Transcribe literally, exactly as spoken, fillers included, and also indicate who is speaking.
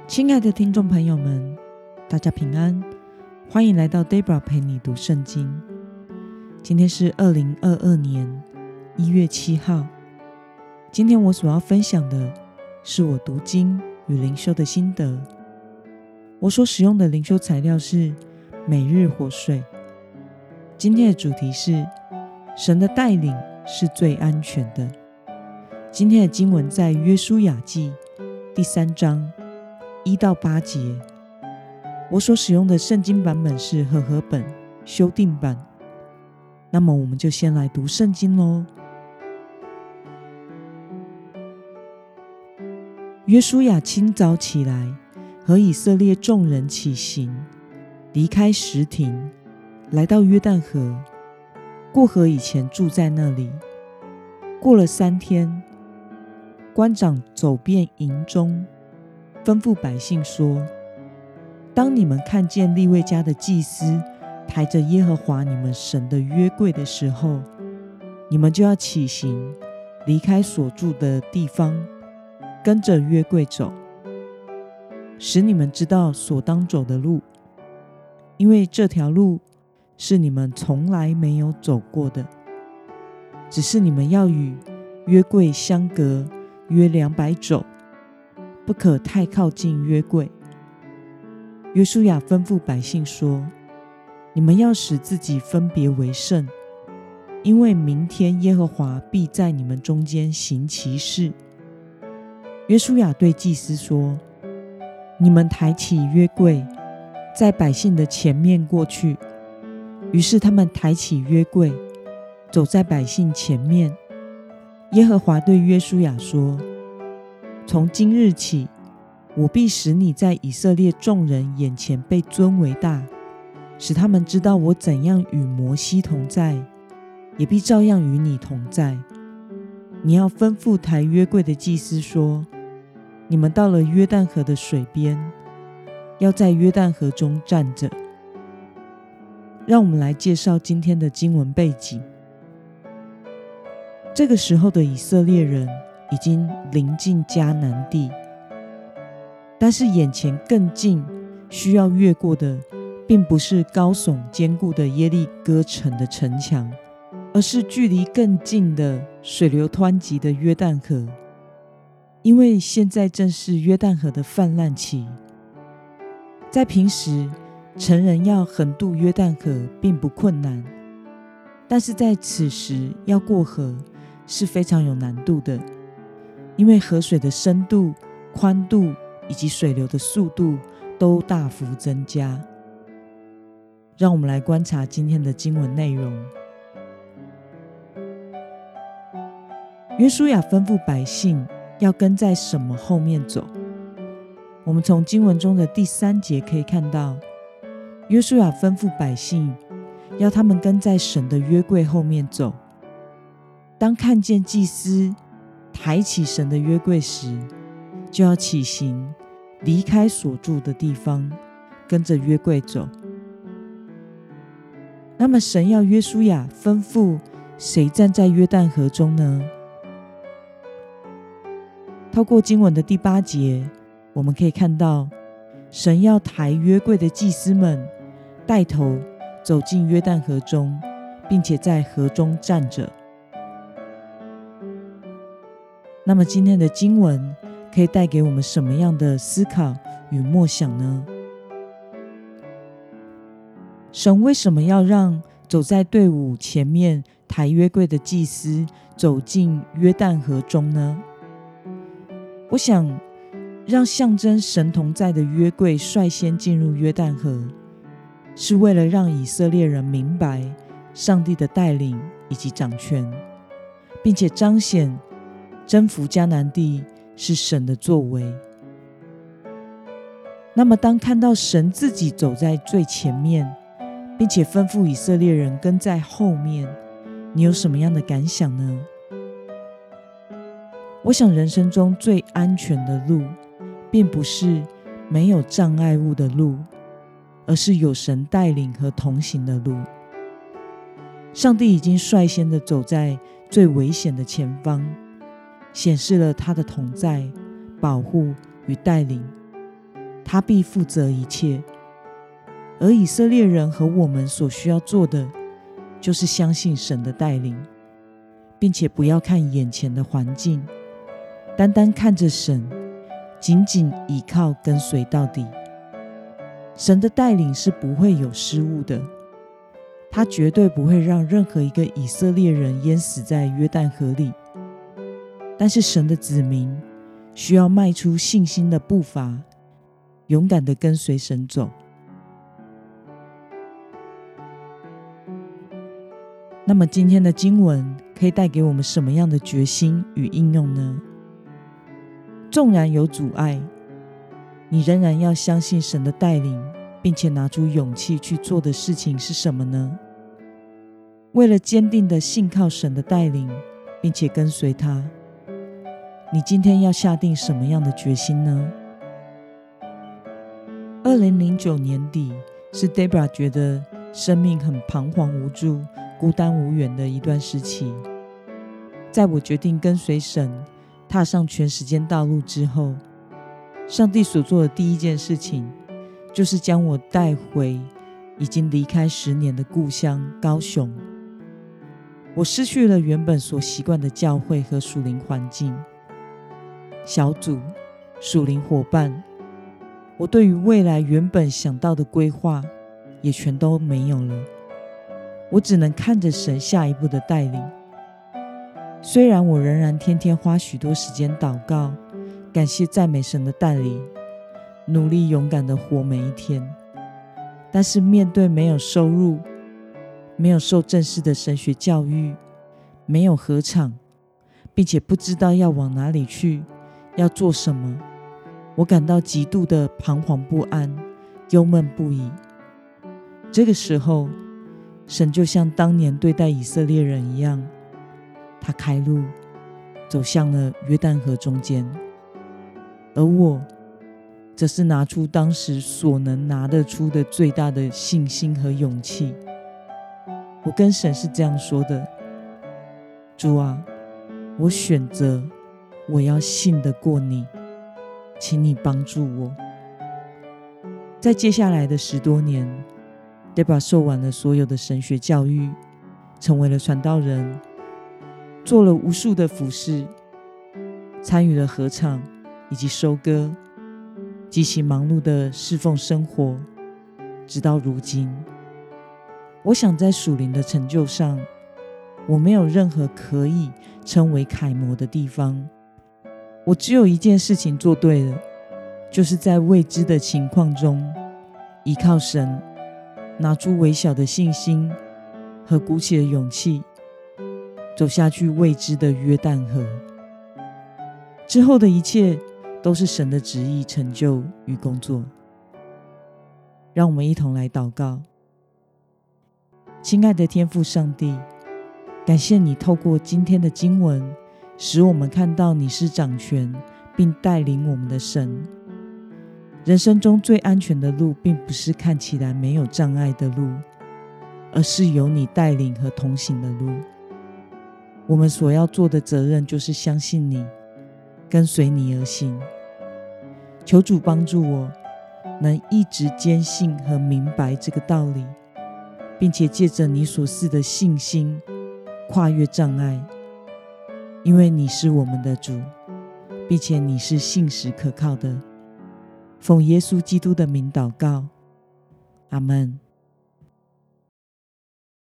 Speaker 1: 亲爱的听众朋友们，大家平安，欢迎来到 Debra 陪你读圣经。今天是二零二二年一月七号。今天我所要分享的是我读经与灵修的心得。我所使用的灵修材料是每日活水。今天的主题是神的带领是最安全的。今天的经文在约书亚记第三章一到八节。我所使用的圣经版本是和合本修订版。那么我们就先来读圣经咯。约书亚清早起来，和以色列众人起行，离开什亭，来到约旦河，过河以前住在那里。过了三天，官长走遍营中，吩咐百姓说：当你们看见利未家的祭司抬着耶和华你们神的约柜的时候，你们就要起行，离开所住的地方，跟着约柜走，使你们知道所当走的路，因为这条路是你们从来没有走过的。只是你们要与约柜相隔约两百肘，不可太靠近约柜。约书亚吩咐百姓说：你们要使自己分别为圣，因为明天耶和华必在你们中间行奇事。约书亚对祭司说：你们抬起约柜，在百姓的前面过去。于是他们抬起约柜，走在百姓前面。耶和华对约书亚说：从今日起，我必使你在以色列众人眼前被尊为大，使他们知道我怎样与摩西同在，也必照样与你同在。你要吩咐抬约柜的祭司说：你们到了约旦河的水边，要在约旦河中站着。让我们来介绍今天的经文背景。这个时候的以色列人已经临近迦南地，但是眼前更近需要越过的并不是高耸坚固的耶利哥城的城墙，而是距离更近的水流湍急的约旦河。因为现在正是约旦河的泛滥期，在平时成人要横渡约旦河并不困难，但是在此时要过河是非常有难度的，因为河水的深度、宽度以及水流的速度都大幅增加。让我们来观察今天的经文内容。约书亚吩咐百姓要跟在什么后面走？我们从经文中的第三节可以看到，约书亚吩咐百姓要他们跟在神的约柜后面走。当看见祭司抬起神的约柜时，就要起行，离开所住的地方，跟着约柜走。那么神要约书亚吩咐谁站在约旦河中呢？透过经文的第八节，我们可以看到，神要抬约柜的祭司们带头走进约旦河中，并且在河中站着。那么今天的经文可以带给我们什么样的思考与默想呢？神为什么要让走在队伍前面抬约柜的祭司走进约旦河中呢？我想让象征神同在的约柜率先进入约旦河，是为了让以色列人明白上帝的带领以及掌权，并且彰显征服迦南地是神的作为。那么当看到神自己走在最前面，并且吩咐以色列人跟在后面，你有什么样的感想呢？我想人生中最安全的路，并不是没有障碍物的路，而是有神带领和同行的路。上帝已经率先的走在最危险的前方，显示了他的同在、保护与带领。 他必负责一切。而以色列人和我们所需要做的，就是相信神的带领，并且不要看眼前的环境，单单看着神，紧紧倚靠跟随到底。神的带领是不会有失误的，他绝对不会让任何一个以色列人淹死在约旦河里。但是神的子民需要迈出信心的步伐，勇敢地跟随神走。那么今天的经文可以带给我们什么样的决心与应用呢？纵然有阻碍，你仍然要相信神的带领，并且拿出勇气去做的事情是什么呢？为了坚定地信靠神的带领，并且跟随他，你今天要下定什么样的决心呢？二零零九年底是 Deborah 觉得生命很彷徨无助、孤单无援的一段时期。在我决定跟随神，踏上全时间道路之后，上帝所做的第一件事情，就是将我带回已经离开十年的故乡高雄。我失去了原本所习惯的教会和属灵环境、小组、属灵伙伴，我对于未来原本想到的规划也全都没有了。我只能看着神下一步的带领。虽然我仍然天天花许多时间祷告，感谢赞美神的带领，努力勇敢地活每一天，但是面对没有收入、没有受正式的神学教育、没有合场，并且不知道要往哪里去，要做什么，我感到极度的彷徨不安，忧闷不已。这个时候，神就像当年对待以色列人一样，他开路，走向了约旦河中间。而我则是拿出当时所能拿得出的最大的信心和勇气。我跟神是这样说的：主啊，我选择我要信得过你，请你帮助我。在接下来的十多年， Deborah 受完了所有的神学教育，成为了传道人，做了无数的服事，参与了合唱以及收歌，极其忙碌的侍奉生活，直到如今。我想在属灵的成就上，我没有任何可以称为楷模的地方。我只有一件事情做对了，就是在未知的情况中，依靠神，拿出微小的信心和鼓起的勇气，走下去未知的约旦河。之后的一切都是神的旨意成就与工作。让我们一同来祷告。亲爱的天父上帝，感谢你透过今天的经文，使我们看到你是掌权并带领我们的神。人生中最安全的路，并不是看起来没有障碍的路，而是有你带领和同行的路。我们所要做的责任，就是相信你，跟随你而行。求主帮助我，能一直坚信和明白这个道理，并且借着你所赐的信心，跨越障碍。因为你是我们的主，并且你是信实可靠的。奉耶稣基督的名祷告，阿们。